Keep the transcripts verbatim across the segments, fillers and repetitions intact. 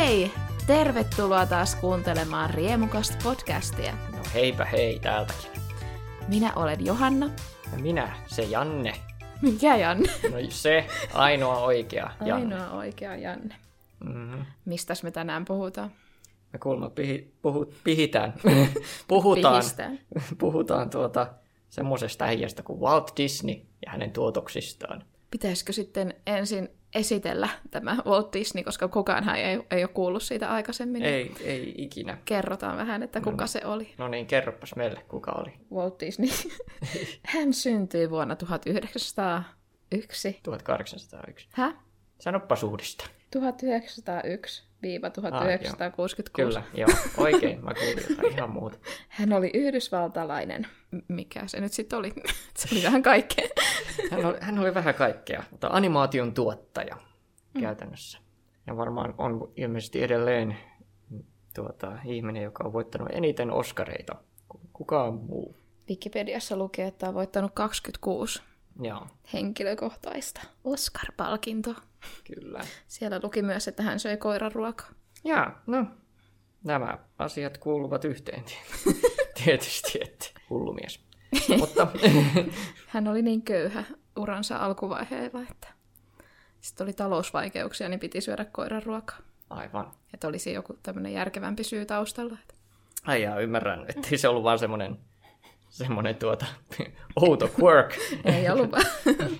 Hei! Tervetuloa taas kuuntelemaan Riemukasta podcastia. No heipä hei täältäkin. Minä olen Johanna. Ja minä, se Janne. Mikä Janne? No se, ainoa oikea Janne. Ainoa oikea Janne. Mm-hmm. Mistäs me tänään puhutaan? Me kuulemma pihi, puhu, pihitään. puhutaan, Pihistään. puhutaan tuota semmoisesta äijästä kuin Walt Disney ja hänen tuotoksistaan. Pitäisikö sitten ensin esitellä tämä Walt Disney, koska kukaanhan ei, ei ole kuullut siitä aikaisemmin. Ei, ei ikinä. Kerrotaan vähän, että kuka no, se oli. No niin, kerropas meille, kuka oli. Walt Disney. Hän syntyi vuonna tuhatyhdeksänsataayksi. tuhatkahdeksansataayksi. Häh? Sanoppas uudestaan. tuhatyhdeksänsataayksi tuhatyhdeksänsataakuusikymmentäkuusi. Ah, kyllä, joo, oikein. Mä kuulin jotain ihan muuta. Hän oli yhdysvaltalainen. Mikä se nyt sitten oli? Se oli vähän kaikkea. Hän oli, hän oli vähän kaikkea, mutta animaation tuottaja mm. käytännössä. Ja varmaan on ilmeisesti edelleen tuota, ihminen, joka on voittanut eniten Oscareita kuin kukaan muu. Wikipediassa lukee, että on voittanut kaksikymmentäkuusi Joo. henkilökohtaista Oscar-palkintoa. Kyllä. Siellä luki myös, että hän söi koiran ruokaa. Jaa, no nämä asiat kuuluvat yhteen tietysti, että hullumies. Mutta hän oli niin köyhä uransa alkuvaiheilla, että sitten oli talousvaikeuksia, niin piti syödä koiran ruokaa. Aivan. Että olisi joku tämmöinen järkevämpi syy taustalla. Ai jaa, ymmärrän, ettei se ollut vaan semmoinen, semmoinen tuota, outo quirk. Ei ollut vaan.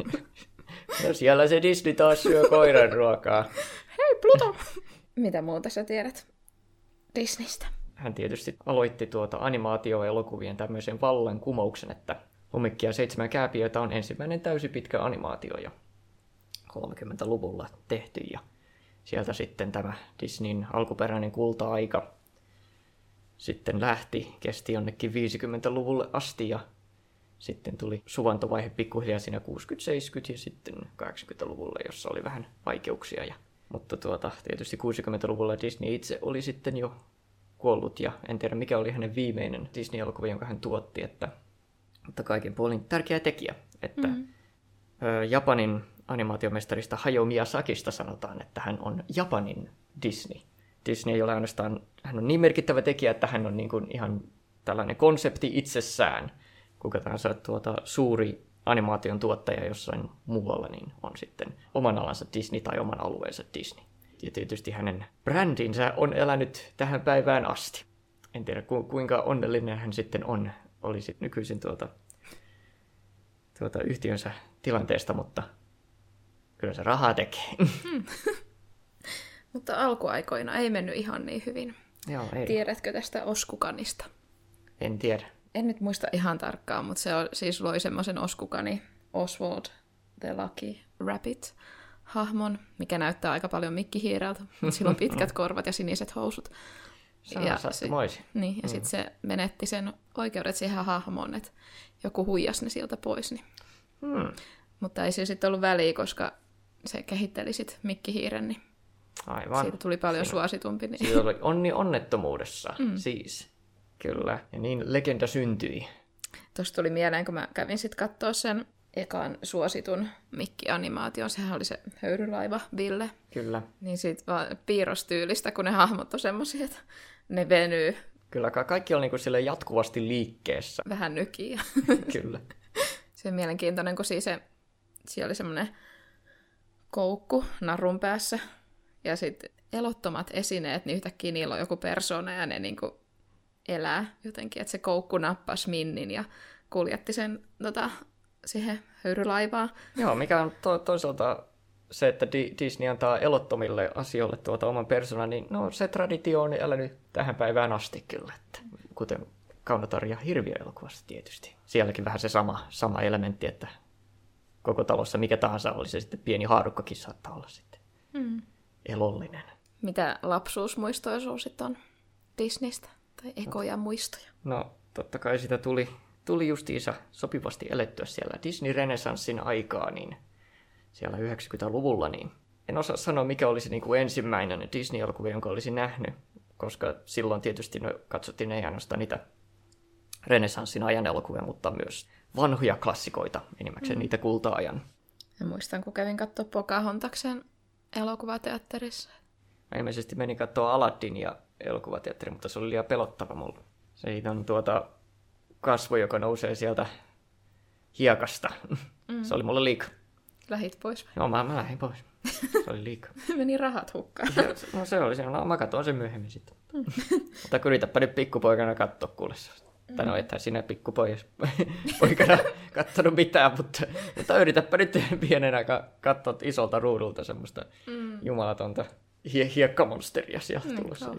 No siellä se Disney taas syö koiran ruokaa. Hei Pluto! Mitä muuta sä tiedät Disneystä? Hän tietysti aloitti tuota animaatioelokuvien tämmöisen vallankumouksen, että Lumikki ja seitsemän kääpiötä on ensimmäinen täysipitkä animaatio jo kolmekymmentäluvulla tehty. Ja sieltä sitten tämä Disneyn alkuperäinen kulta-aika sitten lähti, kesti jonnekin viisikymmentäluvulle asti ja sitten tuli suvantovaihe pikkuhiljaa siinä kuusikymmentä seitsemänkymmentä ja sitten kahdeksankymmentäluvulle, jossa oli vähän vaikeuksia. Ja, mutta tuota, tietysti kuusikymmentäluvulla Disney itse oli sitten jo kuollut ja en tiedä mikä oli hänen viimeinen Disney-elokuva, jonka hän tuotti, että, mutta kaiken puolin tärkeä tekijä, että mm-hmm. ö, Japanin animaatiomestarista Hayao Miyazakista sanotaan, että hän on Japanin Disney. Disney ei ole ainoastaan, hän on niin merkittävä tekijä, että hän on niin kuin ihan tällainen konsepti itsessään. Kuka tahansa tuota, suuri animaation tuottaja jossain muualla, niin on sitten oman alansa Disney tai oman alueensa Disney. Ja tietysti hänen brändinsä on elänyt tähän päivään asti. En tiedä ku, kuinka onnellinen hän sitten on, olisi nykyisin tuota, tuota yhtiönsä tilanteesta, mutta kyllä se rahaa tekee. Hmm. Mutta alkuaikoina ei mennyt ihan niin hyvin. Joo, ei. Tiedätkö tästä Oskukanista? En tiedä. En nyt muista ihan tarkkaan, mutta se on, siis loi semmoisen Oskukani, Oswald the Lucky Rabbit hahmon, mikä näyttää aika paljon Mikki Hiireltä. Sillä on pitkät korvat ja siniset housut. Se on sattumoisin. Niin, ja mm. sitten se menetti sen oikeudet siihen hahmoon, että joku huijasi ne sieltä pois. Niin. Hmm. Mutta ei se sitten ollut väliä, koska se kehitteli sitten Mikki Hiiren, niin aivan. Siitä tuli paljon Siinä, suositumpi. Niin. Siitä oli onni onnettomuudessa, mm. siis. Kyllä, ja niin legenda syntyi. Tuosta tuli mieleen, kun mä kävin sitten katsoa sen ekan suositun Mikki-animaation. Sehän oli se höyrylaiva Ville. Kyllä. Niin siitä vaan piirrostyylistä, kun ne hahmot on semmoisia, että ne venyy. Kyllä, kaikki on niinku sille jatkuvasti liikkeessä. Vähän nykiä. Kyllä. Se on mielenkiintoinen, kun siis se, siellä oli semmoinen koukku narun päässä. Ja sitten elottomat esineet, niin yhtäkkiä niillä on joku persoona ja ne niinku elää jotenkin. Että se koukku nappasi Minnin ja kuljetti sen tota, siihen höyrylaivaan. Joo, mikä on to- toisaalta se, että Di- Disney antaa elottomille asioille tuota oman persoonan, niin no, se traditio on elänyt tähän päivään asti kyllä. Että, kuten Kaunotar ja hirviöelokuvassa tietysti. Sielläkin vähän se sama, sama elementti, että koko talossa mikä tahansa oli se sitten pieni haarukkakin saattaa olla sitten mm. elollinen. Mitä lapsuusmuistoja sinulla sitten on Disneystä? Tai ekoja muistoja? No, totta kai sitä tuli, tuli justiinsa sopivasti elettyä siellä Disney-renessanssin aikaa, niin siellä yhdeksänkymmentäluvulla, niin en osaa sanoa, mikä olisi niin kuin ensimmäinen Disney-elokuva, jonka olisin nähnyt, koska silloin tietysti no, katsottiin ei ainoastaan niitä renessanssin ajan elokuvia, mutta myös vanhoja klassikoita, enimmäkseen mm. niitä kulta-ajan. Ja muistan, kun kävin katsoa Pocahontaksen elokuvateatterissa. Mä ilmeisesti menin katsoa Aladdinia elokuvateatteri, mutta se oli liian pelottava mulle. Se on tuota kasvo, joka nousee sieltä hiekasta. Mm. Se oli mulle liikaa. Lähit pois vai? Joo, mä, mä lähdin pois. Se oli liikaa. Meni rahat hukkaan. Ja, no se oli se. No mä katson sen myöhemmin sitten. Mm. Mutta yritäpä nyt pikkupoikana katsoa kuule. Mm. Tai no ethän sinä pikkupoikana katsonut mitään, mutta, mutta yritäpä nyt pienenä katsoa isolta ruudulta semmoista mm. jumalatonta hie- hiekkamonsteria sieltä mm, tulossa.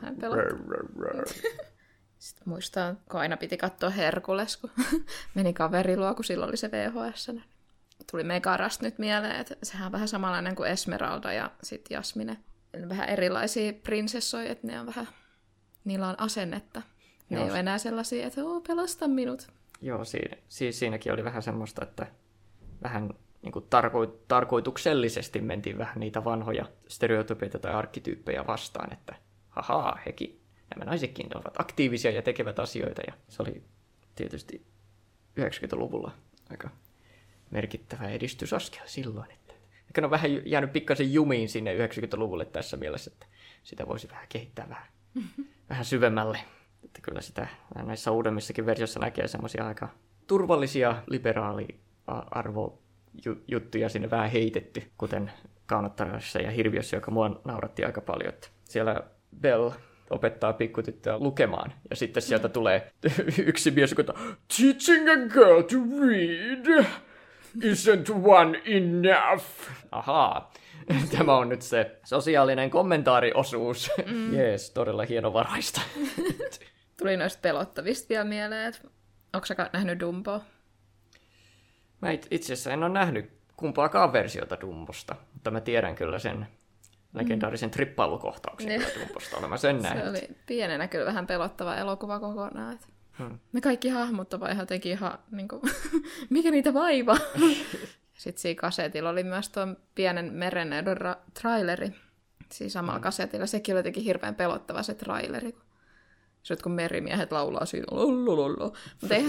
Sitten muistan, kun aina piti katsoa Herkules, kun meni kaveri luo, kun silloin oli se V H S. Tuli Megarast nyt mieleen, että sehän on vähän samanlainen kuin Esmeralda ja sitten Jasmine. Vähän erilaisia prinsessoja, että ne on vähän, niillä on asennetta. Ne Joo. ei ole enää sellaisia, että oo, pelasta minut. Joo, siinä, siis siinäkin oli vähän semmoista, että vähän niin kuin tarko- tarkoituksellisesti mentiin vähän niitä vanhoja stereotypioita tai arkkityyppejä vastaan, että hahaa, hekin, nämä naisetkin ovat aktiivisia ja tekevät asioita. Ja se oli tietysti yhdeksänkymmentäluvulla aika merkittävä edistysaskel silloin. Että ehkä on vähän jäänyt pikkasen jumiin sinne yhdeksänkymmentäluvulle tässä mielessä, että sitä voisi vähän kehittää vähän, vähän syvemmälle. Että kyllä sitä näissä uudemmissakin versioissa näkee semmoisia aika turvallisia liberaali-arvojuttuja sinne vähän heitetty, kuten Kaunottaraisessa ja Hirviössä, joka mua nauratti aika paljon. Että siellä Belle opettaa pikkutyttöä lukemaan, ja sitten sieltä tulee yksi mies, joka teaching a girl to read isn't one enough. Ahaa. Tämä on nyt se sosiaalinen kommentaariosuus. Mm. Jees, todella hienovaraista. Tuli noista pelottavista vielä mieleen, että onko sä nähnyt Dumboa? Mä itse asiassa en ole nähnyt kumpaakaan versiota Dumbosta, mutta mä tiedän kyllä sen legendaarisen mm. trippailukohtauksen kyllä Dumbosta. Olen mä sen nähnyt. Se oli pienenä kyllä vähän pelottava elokuva kokonaan. Että hmm. Ne kaikki hahmot ovat ihan jotenkin ihan, niin kuin, mikä niitä vaivaa? Sitten siinä kasetilla oli myös tuon pienen merenneidon ra- traileri. Siinä samalla mm. kasetilla. Sekin oli jotenkin hirveän pelottava se traileri. Se kun merimiehet laulaa siinä. Lolololo. Ei...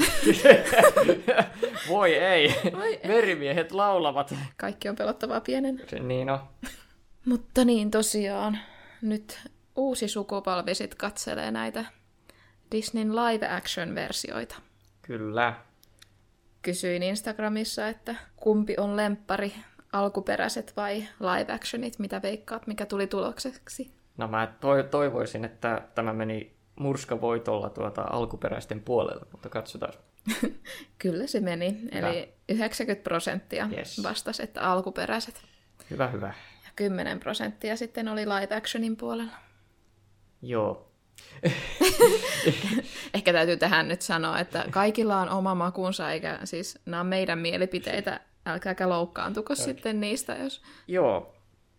Voi ei. Voi merimiehet laulavat. Kaikki on pelottavaa pienen. Se niin on. Mutta niin tosiaan. Nyt uusi sukupolvi sit katselee näitä Disneyn live-action-versioita. Kyllä. Kysyin Instagramissa, että kumpi on lemppari, alkuperäiset vai live-actionit, mitä veikkaat, mikä tuli tulokseksi? No mä toivoisin, että tämä meni murskavoitolla tuota alkuperäisten puolella, mutta katsotaan. Kyllä se meni, hyvä. Eli yhdeksänkymmentä prosenttia yes. vastasi, että alkuperäiset. Hyvä, hyvä. Ja kymmenen prosenttia sitten oli live-actionin puolella. Joo. Ehkä täytyy tähän nyt sanoa, että kaikilla on oma makunsa, eikä siis nämä on meidän mielipiteitä, älkääkä loukkaantuko okay. sitten niistä, jos... Joo.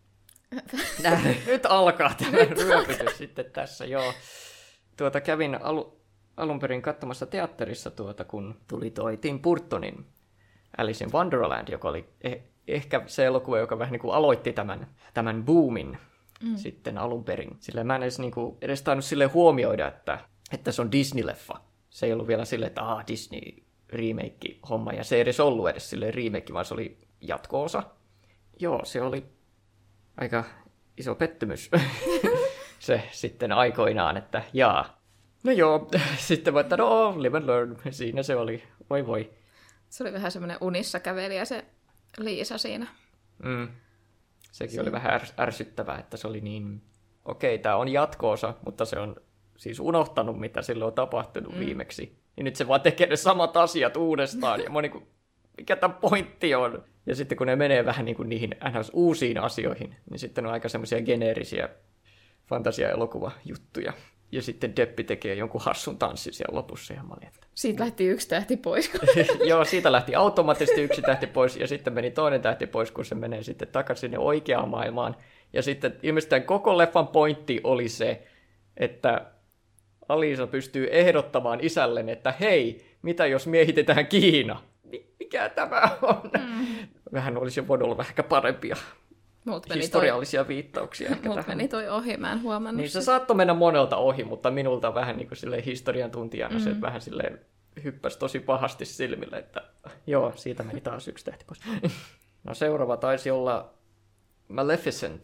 Nyt alkaa tämä ryöpytys sitten tässä, joo. Tuota, kävin alu, alun perin katsomassa teatterissa, tuota, kun tuli toi Tim Burtonin Alice in Wonderland, joka oli eh, ehkä se elokuva, joka vähän niin kuin aloitti tämän, tämän boomin. Mm. Sitten alun perin. Sillä mä en edes, niin kuin, edes tainnut silleen huomioida, että, että se on Disney-leffa. Se ei ollut vielä silleen, että aha, Disney-remake-homma. Ja se ei edes ollut edes silleen remake, vaan se oli jatko-osa. Joo, se oli aika iso pettymys. Se sitten aikoinaan, että jaa. No joo, sitten mä, että no, live and learn. Siinä se oli. Voi voi. Se oli vähän semmoinen unissa kävelijä se Liisa siinä. Mm. Sekin se oli vähän ärsyttävää, että se oli niin, okei, okay, tämä on jatko-osa, mutta se on siis unohtanut, mitä silloin on tapahtunut mm. viimeksi. Ja nyt se vaan tekee ne samat asiat uudestaan, ja mä niin kuin, mikä tämä pointti on? Ja sitten kun ne menee vähän niin kuin niihin ns. Uusiin asioihin, niin sitten on aika semmoisia geneerisiä fantasia-elokuvajuttuja. Ja sitten Deppi tekee jonkun hassun tanssin siellä lopussa. Ja mä olin, että... Siitä lähti yksi tähti pois. Joo, siitä lähti automaattisesti yksi tähti pois, ja sitten meni toinen tähti pois, kun se menee sitten takaisin sinne oikeaan maailmaan. Ja sitten ilmeisesti tämän koko leffan pointti oli se, että Alisa pystyy ehdottamaan isälleen, että hei, mitä jos miehitetään Kiina? Mikä tämä on? Mm. Vähän olisi jo voinut olla vähän parempia. Historiallisia toi... viittauksia. Mut meni toi ohi, mä en huomannut. Niin se saattoi mennä monelta ohi, mutta minulta vähän niin kuin silleen historian tuntijana mm. se, että vähän silleen hyppäsi tosi pahasti silmille, että joo, siitä meni taas yksi tähti pois. No seuraava taisi olla Maleficent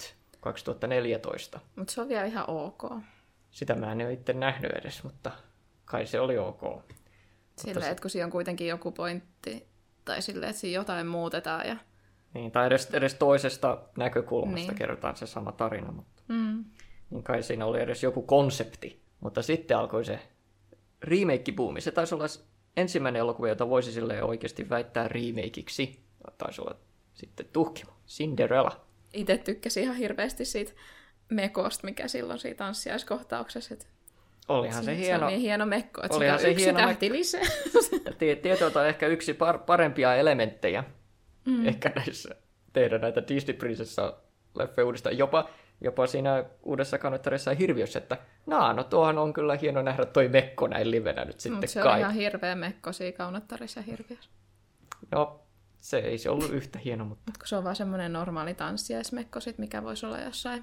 kaksituhattaneljätoista. Mutta se on vielä ihan ok. Sitä mä en ole itse nähnyt edes, mutta kai se oli ok. Silleen, että kun siinä on kuitenkin joku pointti, tai silleen, että siinä jotain muutetaan. Ja... Niin, tai edes, edes toisesta näkökulmasta niin. kerrotaan se sama tarina, mutta Mm. niin kai siinä oli edes joku konsepti. Mutta sitten alkoi se remake-buumi. Se taisi olla ensimmäinen elokuva, jota voisi silleen oikeasti väittää remakeiksi. Taisi olla sitten Tuhkimo, Cinderella. Itse tykkäsin ihan hirveästi siitä mekosta, mikä silloin siinä tanssiaiskohtauksessa. Että Olihan se, se hieno. Se on niin hieno mekko, että Olihan se on se yksi hieno tähti lisää. Tietoilta on ehkä yksi par- parempia elementtejä. Mm. Ehkä näissä tehdä näitä Disney-prinsessa-leffoja uudestaan. Jopa, jopa siinä uudessa Kanottarissa ja Hirviössä, että naa, no tuohan on kyllä hieno nähdä toi mekko näin livenä nyt sitten Mut se kai. on ihan hirveä mekko siinä Kaunottarissa ja Hirviössä. No, se ei se ollut yhtä hieno, mutta... Mut kun se on vaan semmoinen normaali tanssiaismekko sit, mikä voisi olla jossain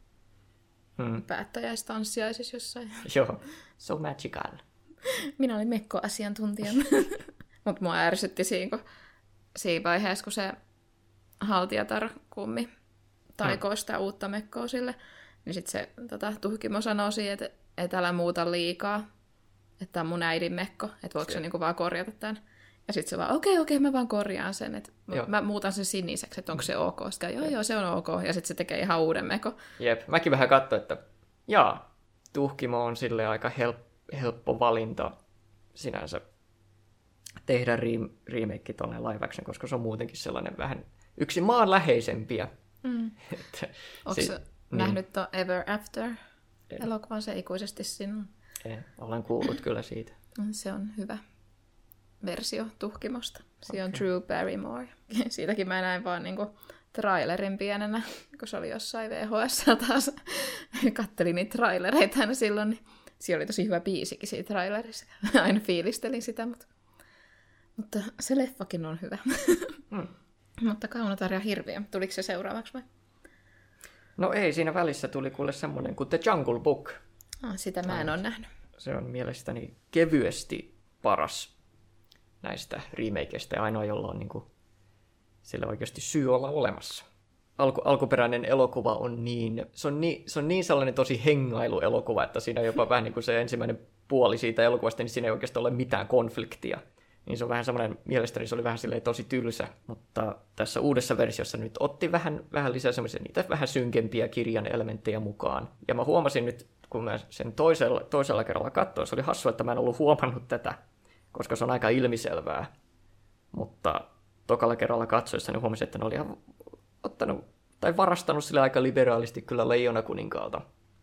Hmm. päättäjäistanssiaisissa jossain. Joo, so magical. Minä olin mekko-asiantuntijana. Mutta mua ärsytti siinä, kun, siinä vaiheessa, kun se haltijatar-kummi taikoo sitä uutta mekkoa sille, niin sitten se tota, Tuhkimo sanoo siihen, että et älä muuta liikaa, että tämä on mun äidin mekko, että voiko se niinku vaan korjata tämän. Ja sitten se vaan, okei, okay, okei, okay, mä vaan korjaan sen, että mä muutan sen siniseksi, että onko se ok. Sitten joo, joo, se on ok. Ja sitten se tekee ihan uuden mekon. Jep, mäkin vähän katsoin, että jaa, Tuhkimo on sille aika help- helppo valinta sinänsä tehdä re- remake tuonne live action, koska se on muutenkin sellainen vähän yksi maanläheisempiä. Mm. Onko se nähnyt tuon Ever After-elokuvan, se ikuisesti sinun? En, olen kuullut kyllä siitä. Se on hyvä versio Tuhkimosta. Siinä on Drew Barrymore. Siitäkin mä näin vaan niinku trailerin pienenä, kun se oli jossain V H S taas. Kattelin niitä trailereita aina silloin, niin siinä oli tosi hyvä biisikin siinä trailerissa. Aina fiilistelin sitä, mutta, mutta se leffakin on hyvä. Hmm. Mutta Kaunotar ja Hirviö, tuliko se seuraavaksi vai? No ei, siinä välissä tuli kuule semmoinen kuin The Jungle Book. Ah, sitä mä en ole nähnyt. Se on mielestäni kevyesti paras näistä remakeista ja ainoa, jolla on niin kuin, sillä oikeasti syy olla olemassa. Alku, alkuperäinen elokuva on niin, se on niin, se on niin sellainen tosi hengailuelokuva, että siinä jopa vähän niin kuin se ensimmäinen puoli siitä elokuvasta, niin siinä ei oikeastaan ole mitään konfliktia. Niin se on vähän semmoinen, mielestäni se oli vähän silleen tosi tylsä, mutta tässä uudessa versiossa nyt otti vähän, vähän lisää semmoisia niitä vähän synkempiä kirjan elementtejä mukaan. Ja mä huomasin nyt, kun mä sen toisella, toisella kerralla katsoin, se oli hassua, että mä en ollut huomannut tätä, koska se on aika ilmiselvää. Mutta tokalla kerralla katsoessa niin huomasin, että ne oli ihan ottanut, tai varastanut sille aika liberaalisti kyllä Leijona kuninkaalta.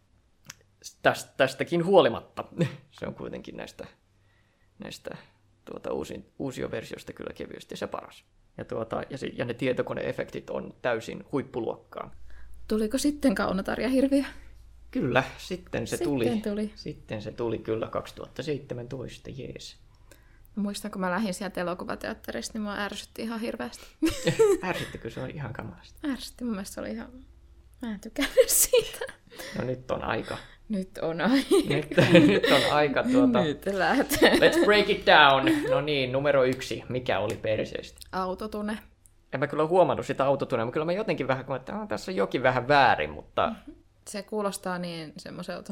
Täst, tästäkin huolimatta. Se on kuitenkin näistä, näistä tuota, uusin, uusioversiosta kyllä kevyesti se paras. Ja, tuota, ja, ja ne tietokone-efektit on täysin huippuluokkaa. Tuliko sitten Kaunotar ja Hirviö? Kyllä, sitten se sitten tuli. tuli. Sitten se tuli kyllä kaksituhattaseitsemäntoista, jees. Muistan, kun mä lähdin sieltä elokuvateatterista, niin mua ärsytti ihan hirveästi. Ärsyttikö? Se on ihan kamalasta. Ärsytti, mun mielestä se oli ihan... Mä en tykännyt siitä. No nyt on aika. Nyt on aika. Nyt, nyt on aika tuota... Nyt lähtee. Let's break it down. No niin, numero yksi. Mikä oli perseestä? Autotune. En mä kyllä huomannut sitä autotunea, mutta kyllä mä jotenkin vähän, että ah, tässä on jokin vähän väärin, mutta... Mm-hmm. Se kuulostaa niin semmoiselta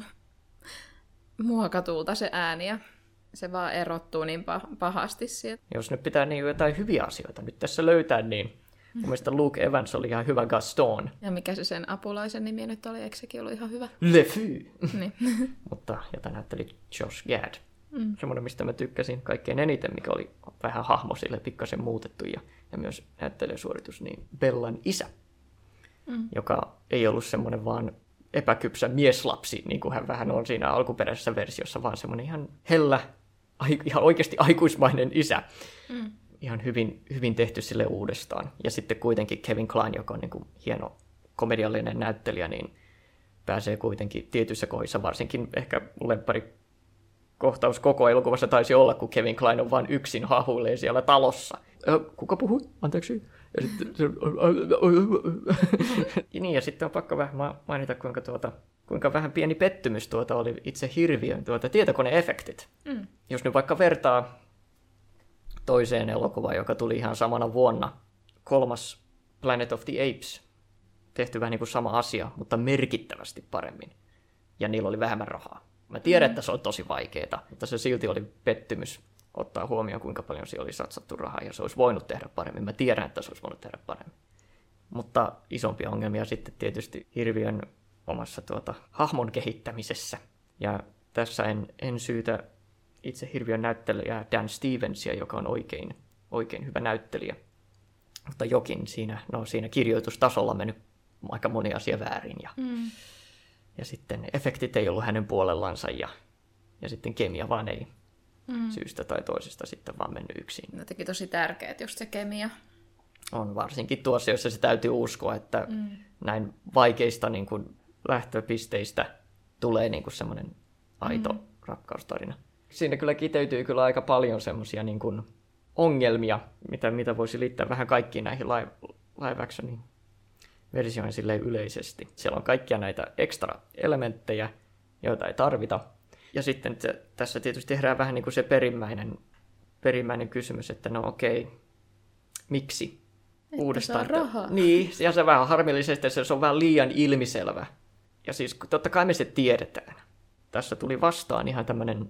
muokatulta se ääni ja se vaan erottuu niin pahasti sieltä. Jos nyt pitää niin jotain hyviä asioita nyt tässä löytää, niin mun mielestä Luke Evans oli ihan hyvä Gaston. Ja mikä se sen apulaisen nimi nyt oli, eikö sekin ollut ihan hyvä? Le Fou. Niin. Mutta jota näytteli Josh Gad. Mm. Semmoinen, mistä mä tykkäsin kaikkein eniten, mikä oli vähän hahmo sille pikkasen muutettu ja, ja myös näyttelijäsuoritus, niin Bellan isä, mm. joka ei ollut semmoinen vaan epäkypsä mieslapsi, niin kuin hän vähän on siinä alkuperäisessä versiossa, vaan semmoinen ihan hellä, ihan oikeasti aikuismainen isä. Mm. Ihan hyvin, hyvin tehty sille uudestaan. Ja sitten kuitenkin Kevin Kline, joka on niin kuin hieno komediallinen näyttelijä, niin pääsee kuitenkin tietyissä kohdissa, varsinkin ehkä lemppari kohtaus koko elokuvassa taisi olla, kun Kevin Kline on vain yksin hahuilee siellä talossa. Kuka puhui? Anteeksi. Ja sitten, niin, ja sitten on pakko vähän mainita, kuinka, tuota, kuinka vähän pieni pettymys tuota oli itse Hirviön tuota, tietokone-efektit. Mm. Jos nyt vaikka vertaa toiseen elokuvaan, joka tuli ihan samana vuonna, kolmas Planet of the Apes, tehty vähän niin kuin sama asia, mutta merkittävästi paremmin. Ja niillä oli vähemmän rahaa. Mä tiedän, mm. että se on tosi vaikeaa, mutta se silti oli pettymys ottaa huomioon, kuinka paljon siellä oli satsattu rahaa, ja se olisi voinut tehdä paremmin. Mä tiedän, että se olisi voinut tehdä paremmin. Mutta isompia ongelmia sitten tietysti hirviön omassa tuota, hahmon kehittämisessä. Ja tässä en, en syytä itse hirviön näyttelijää Dan Stevensia, joka on oikein, oikein hyvä näyttelijä. Mutta jokin siinä, no, siinä kirjoitustasolla on mennyt aika moni asia väärin. Ja, mm. ja sitten efektit ei ollut hänen puolellansa ja, ja sitten kemia vaan ei mm. syystä tai toisesta sitten vaan mennyt yksin. Jotenkin tosi tärkeää just se kemia. On varsinkin tuossa, jossa se täytyy uskoa, että mm. näin vaikeista niin kuin, lähtöpisteistä tulee niin kuin semmoinen aito mm. rakkaustarina. Siinä kyllä kiteytyy kyllä aika paljon semmoisia niin kuin ongelmia, mitä, mitä voisi liittää vähän kaikkiin näihin live, live actionin versioihin silleen yleisesti. Siellä on kaikkia näitä ekstra elementtejä, joita ei tarvita. Ja sitten te, tässä tietysti herää vähän niin kuin se perimmäinen, perimmäinen kysymys, että no okei, miksi? Että Uudestaan. saa rahaa. Niin, ja se vähän harmillisesti, se on vähän liian ilmiselvä. Ja siis totta kai me se tiedetään. Tässä tuli vastaan ihan tämmöinen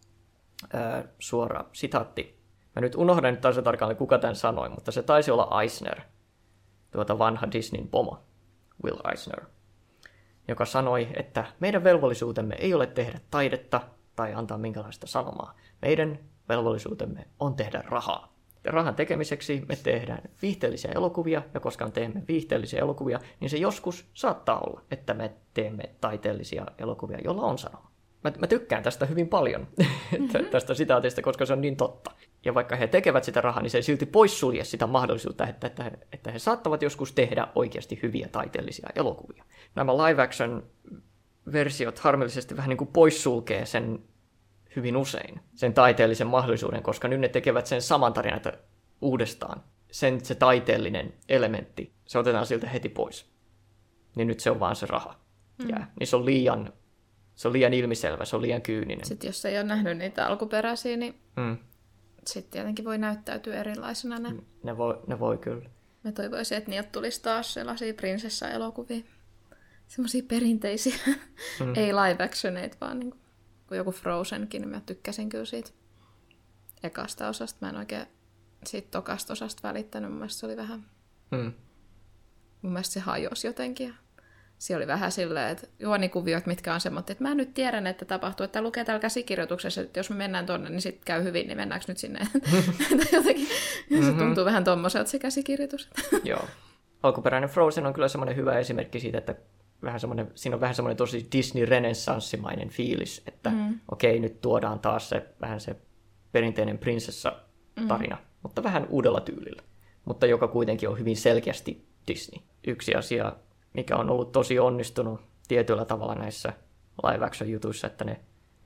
ää, suora sitaatti. Mä nyt unohdan nyt taas tarkalleen, kuka tämän sanoi, mutta se taisi olla Eisner, tuota vanha Disneyn pomo, Will Eisner, joka sanoi, että meidän velvollisuutemme ei ole tehdä taidetta tai antaa minkälaista sanomaa. Meidän velvollisuutemme on tehdä rahaa. Ja rahan tekemiseksi me tehdään viihteellisiä elokuvia, ja koska me teemme viihteellisiä elokuvia, niin se joskus saattaa olla, että me teemme taiteellisia elokuvia, joilla on sanoma. Mä, mä tykkään tästä hyvin paljon, mm-hmm. tästä sitaatista, koska se on niin totta. Ja vaikka he tekevät sitä rahaa, niin se ei silti poissulje sitä mahdollisuutta, että, että, he, että he saattavat joskus tehdä oikeasti hyviä taiteellisia elokuvia. Nämä live-action-versiot harmillisesti vähän niin kuin poissulkee sen hyvin usein, sen taiteellisen mahdollisuuden, koska nyt ne tekevät sen saman tarinan uudestaan. Sen se taiteellinen elementti, se otetaan siltä heti pois. Niin nyt se on vaan se raha. Mm. Ja, niin se on liian... Se on liian ilmiselvä, se on liian kyyninen. Sitten jos ei ole nähnyt niitä alkuperäisiä, niin mm. sitten tietenkin voi näyttäytyä erilaisena ne. Ne voi, ne voi kyllä. Mä toivoisin, että niiltä tulisi taas sellaisia prinsessa-elokuvia. Semmoisia perinteisiä. Mm. Ei live-actioneita, vaan niin kuin joku Frozenkin, niin mä tykkäsin kyllä siitä ekasta osasta. Mä en oikein siitä tokasta osasta välittänyt. Mun mielestä se oli vähän... Mm. Mun mielestä se hajosi jotenkin. Siellä oli vähän silleen, että juonikuviot, mitkä on semmoinen, että mä nyt tiedän, että tapahtuu, että lukee täällä käsikirjoituksessa, että jos me mennään tonne, niin sitten käy hyvin, niin mennäänkö nyt sinne? Jotenkin mm-hmm. Se tuntuu vähän tommoiselta se käsikirjoitus. Joo. Alkuperäinen Frozen on kyllä semmoinen hyvä esimerkki siitä, että vähän semmoinen, siinä on vähän semmoinen tosi Disney-renessanssimainen fiilis, että mm. okei, nyt tuodaan taas se vähän se perinteinen prinsessa-tarina, mm. mutta vähän uudella tyylillä, mutta joka kuitenkin on hyvin selkeästi Disney. Yksi asia, mikä on ollut tosi onnistunut tietyllä tavalla näissä live-action-jutuissa, että ne,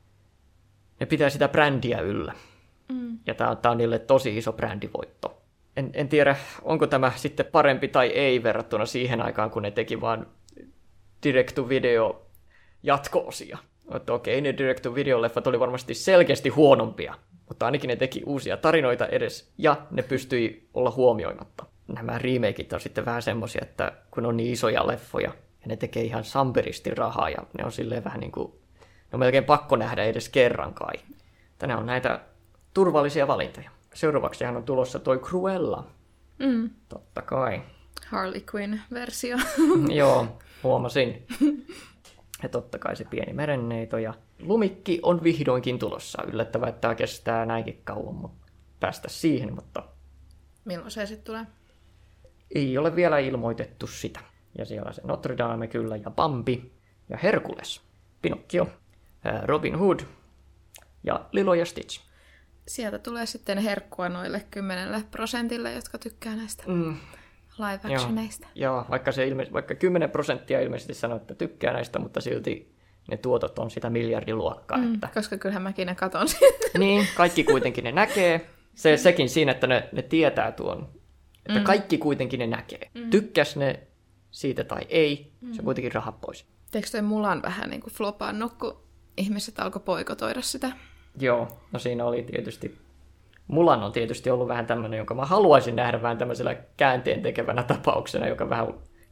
ne pitää sitä brändiä yllä. Mm. Ja tämä on, on niille tosi iso brändivoitto. En, en tiedä, onko tämä sitten parempi tai ei verrattuna siihen aikaan, kun ne teki vaan direct-to-video jatko-osia. Että okei, ne direct-to-video-leffat oli varmasti selkeästi huonompia, mutta ainakin ne teki uusia tarinoita edes, ja ne pystyi olla huomioimatta. Nämä remakeit on sitten vähän semmoisia, että kun on niin isoja leffoja, ja ne tekee ihan samperisti rahaa, ja ne on silleen vähän niin kuin, ne on melkein pakko nähdä edes kerran kai. Tänään on näitä turvallisia valintoja. Seuraavaksihan on tulossa toi Cruella. Mm. Totta kai. Harley Quinn-versio. Joo, huomasin. Ja totta kai se pieni merenneito. Ja Lumikki on vihdoinkin tulossa. Yllättävää, että tämä kestää näinkin kauan, mutta päästä siihen, mutta... Milloin se sitten tulee? Ei ole vielä ilmoitettu sitä. Ja siellä on se Notre Dame kyllä, ja Bambi, ja Herkules, Pinocchio, Robin Hood, ja Lilo ja Stitch. Sieltä tulee sitten herkkua noille kymmenelle prosentille, jotka tykkää näistä mm. live-actioneista. Joo, Joo vaikka, se ilme- vaikka kymmenen prosenttia ilmeisesti sanoo, että tykkää näistä, mutta silti ne tuotot on sitä miljardiluokkaa. Mm, että... Koska kyllähän mäkin ne katon siitä. Niin, kaikki kuitenkin ne näkee. Se, sekin siinä, että ne, ne tietää tuon, että mm. kaikki kuitenkin ne näkee. Mm. Tykkäs ne siitä tai ei, mm. se kuitenkin rahat pois. Eikö toi Mulan vähän niin kuin flopannut, kun ihmiset alkoi poikotoida sitä? Joo, no siinä oli tietysti, Mulan on tietysti ollut vähän tämmöinen, jonka mä haluaisin nähdä vähän tämmöisellä käänteen tekevänä tapauksena, joka vähän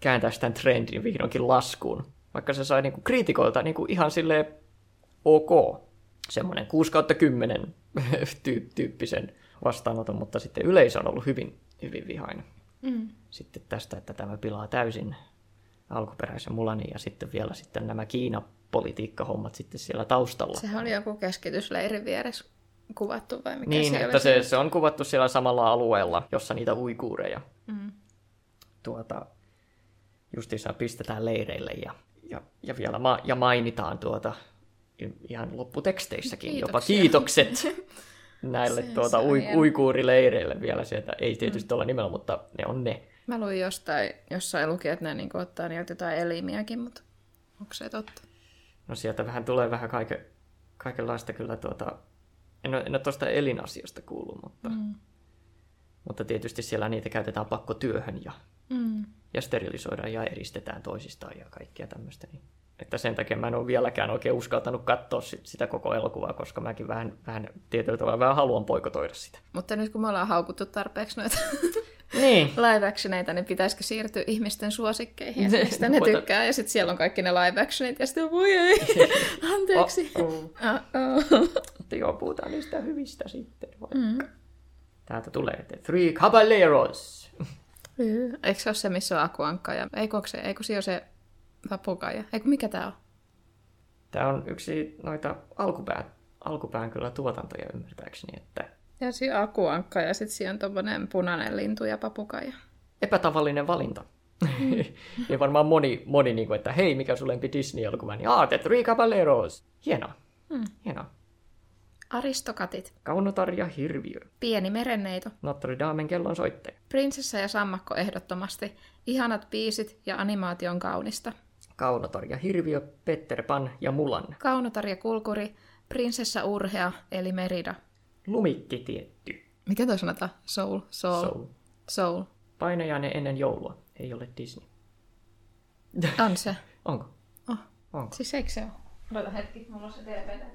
kääntäisi tämän trendin vihdoinkin laskuun. Vaikka se sai niinku kriitikoilta niinku ihan silleen ok, semmoinen kuusi kautta kymmenen tyyppisen vastaanoton, mutta sitten yleisö on ollut hyvin, hyvin vihainen. Mm. Sitten tästä, että tämä pilaa täysin alkuperäisen Mulanin ja sitten vielä sitten nämä Kiina-politiikkahommat sitten siellä taustalla. Sehän oli joku keskitysleirin vieressä kuvattu vai mikä niin, se että se, se on kuvattu siellä samalla alueella, jossa niitä uiguureja mm. tuota, justiinsa pistetään leireille ja, ja, ja vielä ma- ja mainitaan tuota, ihan lopputeksteissäkin Kiitoksia. jopa kiitokset näille tuota, ui- uiguurileireille vielä sieltä. Ei tietysti mm. tuolla nimellä, mutta ne on ne. Mä luin jostain, jossain luki, että ne niin ottaa niiltä jotain elimiäkin, mutta onko se totta? No sieltä vähän tulee vähän kaiken, kaikenlaista kyllä tuota... En ole, en ole tuosta elinasiasta kuullut, mutta, mm. mutta tietysti siellä niitä käytetään pakkotyöhön ja, mm. ja sterilisoidaan ja eristetään toisistaan ja kaikkea tämmöistä. Niin, että sen takia mä en ole vieläkään oikein uskaltanut katsoa sit, sitä koko elokuvaa, koska mäkin vähän, vähän tietyllä tavalla vähän haluan poikotoida sitä. Mutta nyt kun me ollaan haukuttu tarpeeksi noita niin. live actioneita, niin pitäisikö siirtyä ihmisten suosikkeihin, että mistä ne tykkää, ja sitten siellä on kaikki ne live actionit, ja sitten voi ei, anteeksi. Mutta joo, puhutaan niistä hyvistä sitten. Mm. Täältä tulee The Three Caballeros. Eikö se ole se, missä on Akuankka? Ja... Eikö se, eikö se ole se papukaija? Eikö mikä tämä on? Tämä on yksi noita alkupään, alkupään kyllä tuotantoja ymmärtääkseni, että ja siinä on Akuankka ja sitten siinä on tommoinen punainen lintu ja papukaija. Epätavallinen valinta. Mm. Ja varmaan moni, moni niin kuin, että hei, mikä sun lempi Disney-elokuva? Niin, ah, The Three Caballeros. Hienoa. Mm. Hienoa. Aristokatit. Kaunotar ja hirviö. Pieni merenneito. Notre Damen kellon soittaja. Prinsessa ja sammakko ehdottomasti. Ihanat biisit ja animaation kaunista. Kaunotar ja hirviö, Peter Pan ja Mulan. Kaunotar ja kulkuri. Prinsessa urhea eli Merida. Lumikki tietty. Mikä toi sanotaan? Soul. Soul. Soul. Soul. Painajainen ennen joulua. Ei ole Disney. On se. Onko? Oh. Onko? Siis eikö se ole? Odota hetki, mulla on se D V D.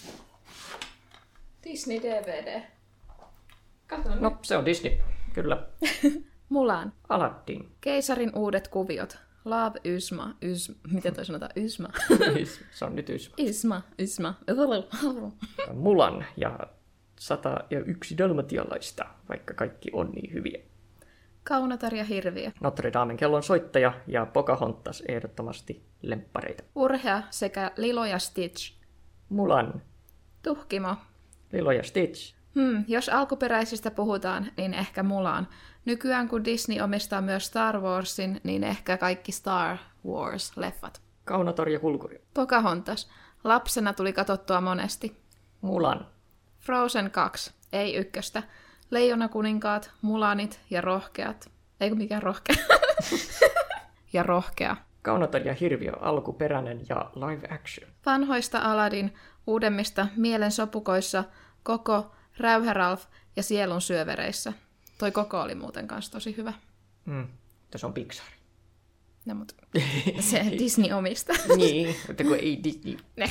Disney D V D. Katso nyt. No, se on Disney. Kyllä. Mulan. Aladdin. Keisarin uudet kuviot. Love Ysma. Ys... Miten toi sanotaan? Ysma. Se on nyt Ysma. Isma. Ysma. Mulan ja sata ja yksi dalmatialaista, vaikka kaikki on niin hyviä. Kaunotar ja hirviö. Notre Damen kellon soittaja ja Pocahontas ehdottomasti lemppareita. Urhea sekä Lilo ja Stitch. Mulan. Tuhkimo. Lilo ja Stitch. Hmm, jos alkuperäisistä puhutaan, niin ehkä Mulan. Nykyään kun Disney omistaa myös Star Warsin, niin ehkä kaikki Star Wars-leffat. Kaunotar ja kulkuri. Pocahontas. Lapsena tuli katsottua monesti. Mulan. Frozen kaksi. Ei ykköstä. Leijonakuninkaat, Mulanit ja rohkeat. Eikö mikään rohkea? ja rohkea. Kaunotar ja hirviö, alkuperäinen ja live action. Vanhoista Aladdin, uudemmista Mielen sopukoissa, Koko, Räyhä Ralph ja Sielun syövereissä. Toi Koko oli muuten kanssa tosi hyvä. Mm. Tässä on Pixar. No, mutta se Disney omista. niin, mutta kun ei Disney. Ne.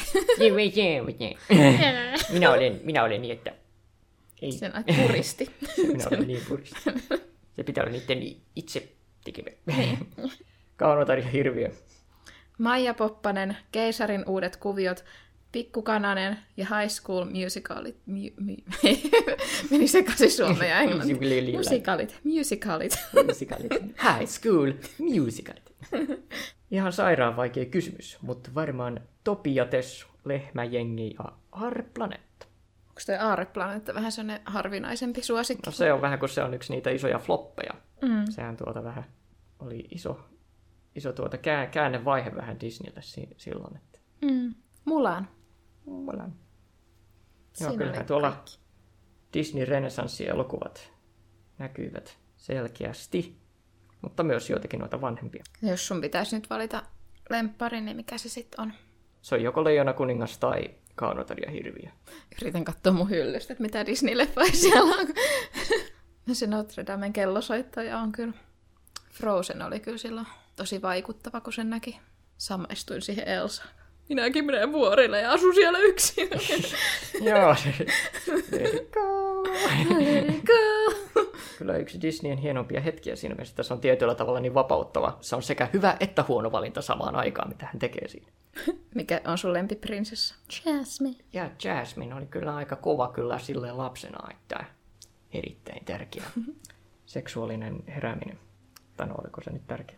minä, olen, minä olen niin, että ei. Sen puristi. minä olen niin puristi. Se pitää olla niiden itse tekemä. Kaunotar ja hirviö. Maija Poppanen, Keisarin uudet kuviot, Pikku Kananen ja High School Musicalit. Mu- mu- Meni sekaisin suomea ja englanti. Musikalit. Musicalit. Musicalit. High School Musicalit. Ihan sairaan vaikea kysymys, mutta varmaan Topi ja Tessu, Lehmäjengi ja Aarreplaneetta. Onko toi Aarreplaneetta vähän sellainen harvinaisempi suosikki? No se on vähän, kun se on yksi niitä isoja floppeja. Mm. Sehän tuota vähän oli iso, iso tuota kää, käännevaihe vähän Disneylle si- silloin. Että... Mm. Mulan. Mulan. Joo, kyllähän tuolla kaikki. Disney-renessanssielokuvat näkyvät selkeästi, mutta myös joitakin noita vanhempia. Jos sun pitäisi nyt valita lemppari, niin mikä se sitten on? Se on joko Leijona kuningas tai Kaunotar ja hirviö. Yritän katsoa mun hyllystä, että mitä Disney-leffoja siellä on. No se Notre Damen kellosoittaja on kyllä. Frozen oli kyllä silloin tosi vaikuttava, kun sen näki. Samaistuin siihen Elsaan. Minäkin menen vuorille ja asun siellä yksin. Joo, let it go. Let it go. Kyllä yksi Disneyn hienompia hetkiä siinä mielessä, että se on tietyllä tavalla niin vapauttava. Se on sekä hyvä että huono valinta samaan aikaan, mitä hän tekee siinä. Mikä on sun lempiprinsessa? Jasmine. Ja Jasmine oli kyllä aika kova kyllä silleen lapsena, että erittäin tärkeä seksuaalinen herääminen. Tai no, oliko se nyt tärkeää?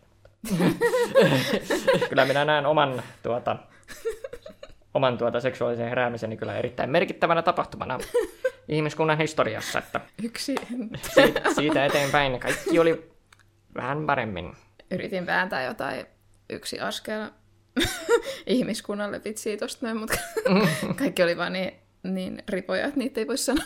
Kyllä minä näen oman, tuota, oman tuota seksuaalisen heräämiseni kyllä erittäin merkittävänä tapahtumana ihmiskunnan historiassa. Että Yksi. siitä, siitä eteenpäin kaikki oli vähän paremmin. Yritin vääntää jotain yksi askel ihmiskunnalle vitsiä tosta noin, mutta kaikki oli vaan niin, niin ripoja, että niitä ei voi sanoa.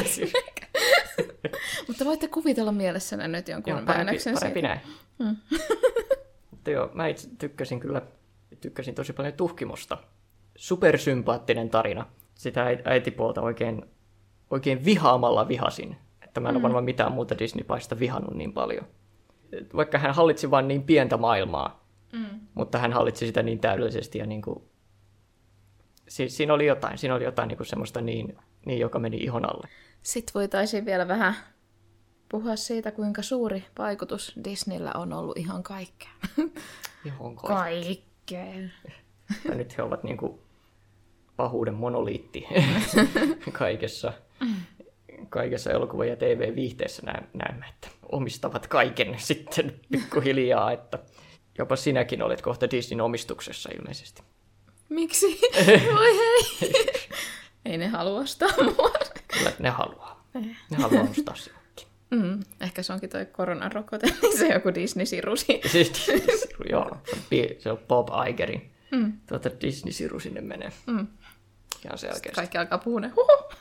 Mutta voitte kuvitella mielessänne nyt jonkun Joo, parempi, väännöksen parempi siitä. näin. Mm. Mutta joo, mä itse tykkäsin kyllä, tykkäsin tosi paljon Tuhkimosta. Supersympaattinen tarina. Sitä äitipuolta oikein, oikein vihaamalla vihasin. Että mä en mm. ole varmaan mitään muuta Disney-paista vihannut niin paljon. Vaikka hän hallitsi vain niin pientä maailmaa, mm. mutta hän hallitsi sitä niin täydellisesti. Ja niin kuin, si- siinä oli jotain, siinä oli jotain niin kuin semmoista niin, niin, joka meni ihon alle. Sitten voitaisiin vielä vähän puhua siitä, kuinka suuri vaikutus Disneyllä on ollut ihan kaikkeen. Ihan kaikkeen. Tai nyt he ovat niin kuin pahuuden monoliitti kaikessa, kaikessa elokuva- ja T V-viihteessä näemme, että omistavat kaiken sitten pikkuhiljaa, että jopa sinäkin olet kohta Disneyn omistuksessa ilmeisesti. Miksi? Voi hei! Ei ne halua ostaa mua. Kyllä ne haluaa. Ne haluaa ostaa sinunkin. Mm, ehkä se onkin toi koronarokote, niin se joku Disney-sirusi. Disney-siru, joo. Se on Bob Igerin. Mm. Tuota Disney-siru sinne menee. Mm. Ihan selkeästi. Kaikki alkaa puhua ne.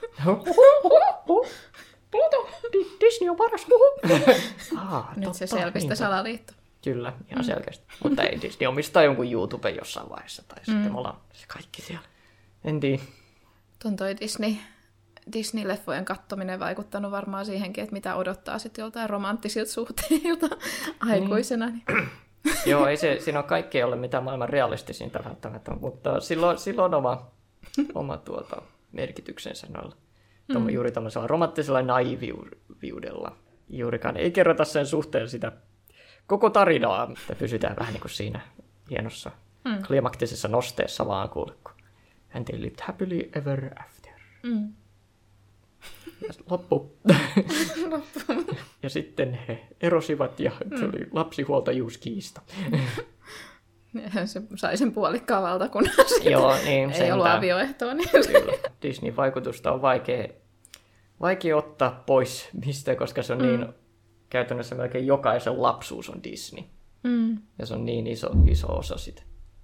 Pluto! Disney on paras. ah, Nyt totta, se selvistä niin. salaliitto. Kyllä, ihan selkeästi. Mm. Mutta ei Disney omistaa jonkun YouTube jossain vaiheessa. Tai mm. sitten me ollaan se kaikki siellä. En tiedä. Tuon toi Disney, Disney-leffojen kattominen vaikuttanut varmaan siihenkin, että mitä odottaa sitten joltain romanttisilta suhteilta aikuisena. Niin. Joo, ei se, siinä on kaikki ole mitään maailman realistisinta välttämättä, mutta silloin, silloin on oma, oma tuota, merkityksensä noilla. Mm. Juuri tämmöisellä romanttisella naiviudella. Juurikaan ei kerrota sen suhteen sitä koko tarinaa, että pysytään vähän niin kuin siinä hienossa mm. klimaktisessa nosteessa vaan kuule, kun and they lived happily ever after. Mm. Loppu. Loppu. Ja sitten he erosivat ja mm. se oli lapsihuoltajuuskiista. Se sai sen puolikkaan valtakunnan. Joo, niin. Ei ollut avioehtoa. Niin. Kyllä. Disneyn vaikutusta on vaikea, vaikea ottaa pois mistä, koska se on mm. niin käytännössä melkein jokaisen lapsuus on Disney. Mm. Ja se on niin iso, iso osa sitä.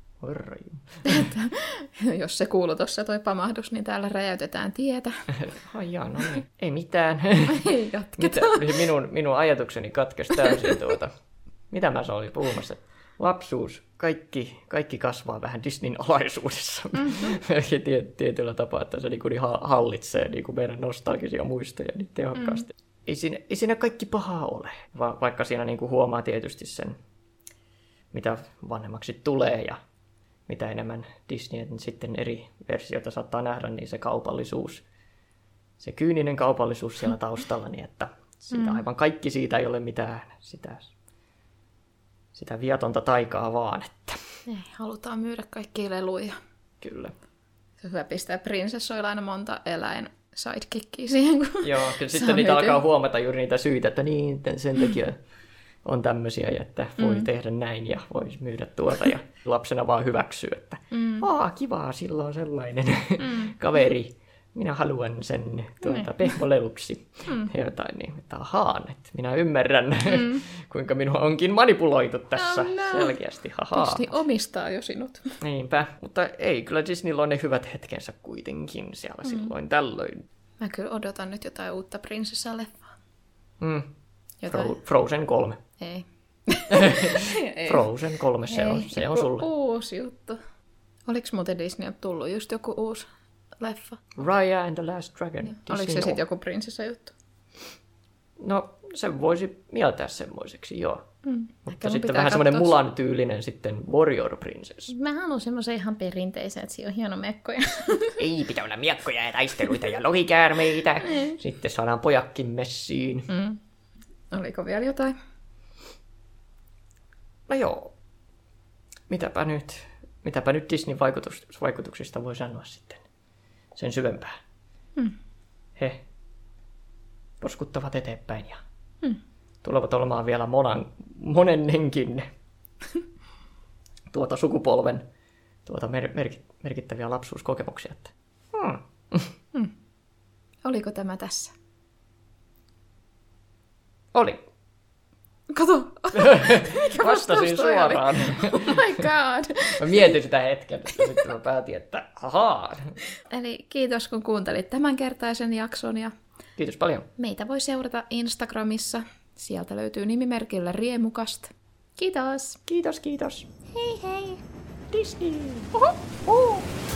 Jos se kuuluu tuossa toi pamahdus, niin täällä räjäytetään tietä. Ai jaa, no niin. Ei mitään. Ei jatketaan. Mitä? Minun, minun ajatukseni katkesi täysin tuota. Mitä mä olin puhumassa? Lapsuus, kaikki, kaikki kasvaa vähän Disneyn alaisuudessa. Mm-hmm. Tietyllä tapaa, että se niin hallitsee niin meidän nostalgisia muistoja niin tehokkaasti. Mm. Ei, siinä, ei siinä kaikki pahaa ole, Va- vaikka siinä niin huomaa tietysti sen, mitä vanhemmaksi tulee ja mitä enemmän Disneyn sitten eri versioita saattaa nähdä, niin se kaupallisuus, se kyyninen kaupallisuus siellä taustalla, niin että siitä aivan kaikki siitä ei ole mitään sitä, sitä viatonta taikaa vaan. Että. Ei, halutaan myydä kaikkia leluja. Kyllä. Se on hyvä pistää prinsessoilla aina monta eläin sidekickia siihen, kun joo, kyllä sitten niitä myyty. Alkaa huomata juuri niitä syitä, että niin, sen takia on tämmöisiä, että voi mm. tehdä näin ja voisi myydä tuota. Ja lapsena vaan hyväksyy, että mm. aa, kivaa, sillä on sellainen mm. kaveri. Minä haluan sen tuota, pehmoleluksi. Mm. Ja jotain niin, että ahaan, että minä ymmärrän, mm. kuinka minua onkin manipuloitu tässä oh, no. selkeästi. Haha. Disney omistaa jo sinut. Niinpä, mutta ei, kyllä Disneyllä on ne hyvät hetkensä kuitenkin siellä mm. silloin tällöin. Mä kyllä odotan nyt jotain uutta prinsessaleffaa. Mm. Fro- Frozen kolme. Ei. Frozen kolme, se on, se on sulle. Uusi juttu. Oliko muuten Disney tullut just joku uusi leffa? Raya and the Last Dragon. Niin. Oliko se sitten joku prinsessa juttu? No, se voisi mieltää semmoiseksi, joo. Mm. Mutta sitten vähän katsoa. semmoinen Mulan tyylinen sitten Warrior Princess. Mä haluan semmoisen ihan perinteisen, että siinä on hieno mekkoja. Ei, pitää olla miekkoja ja taisteluita ja lohikäärmeitä. Mm. Sitten saadaan pojakkin messiin. Mm. Oliko vielä jotain? No joo. Mitäpä nyt, mitäpä nyt Disneyn vaikutus, vaikutuksista voi sanoa sitten sen syvempää. Hmm. He poskuttavat eteenpäin ja Hmm. tulevat olemaan vielä monan, monennenkin tuota sukupolven tuota mer- mer- merkittäviä lapsuuskokemuksia. Että. Hmm. Hmm. Oliko tämä tässä? Oli. Kato! Mikä Vastasin suoraan. Oh my god! Mä mietin sitä hetken, että sitten mä päätin, että hahaa. Eli kiitos kun kuuntelit tämänkertaisen jakson ja Kiitos paljon. meitä voi seurata Instagramissa. Sieltä löytyy nimimerkillä Riemukast. Kiitos! Kiitos, kiitos. Hei hei! Disney. Oho! Oh.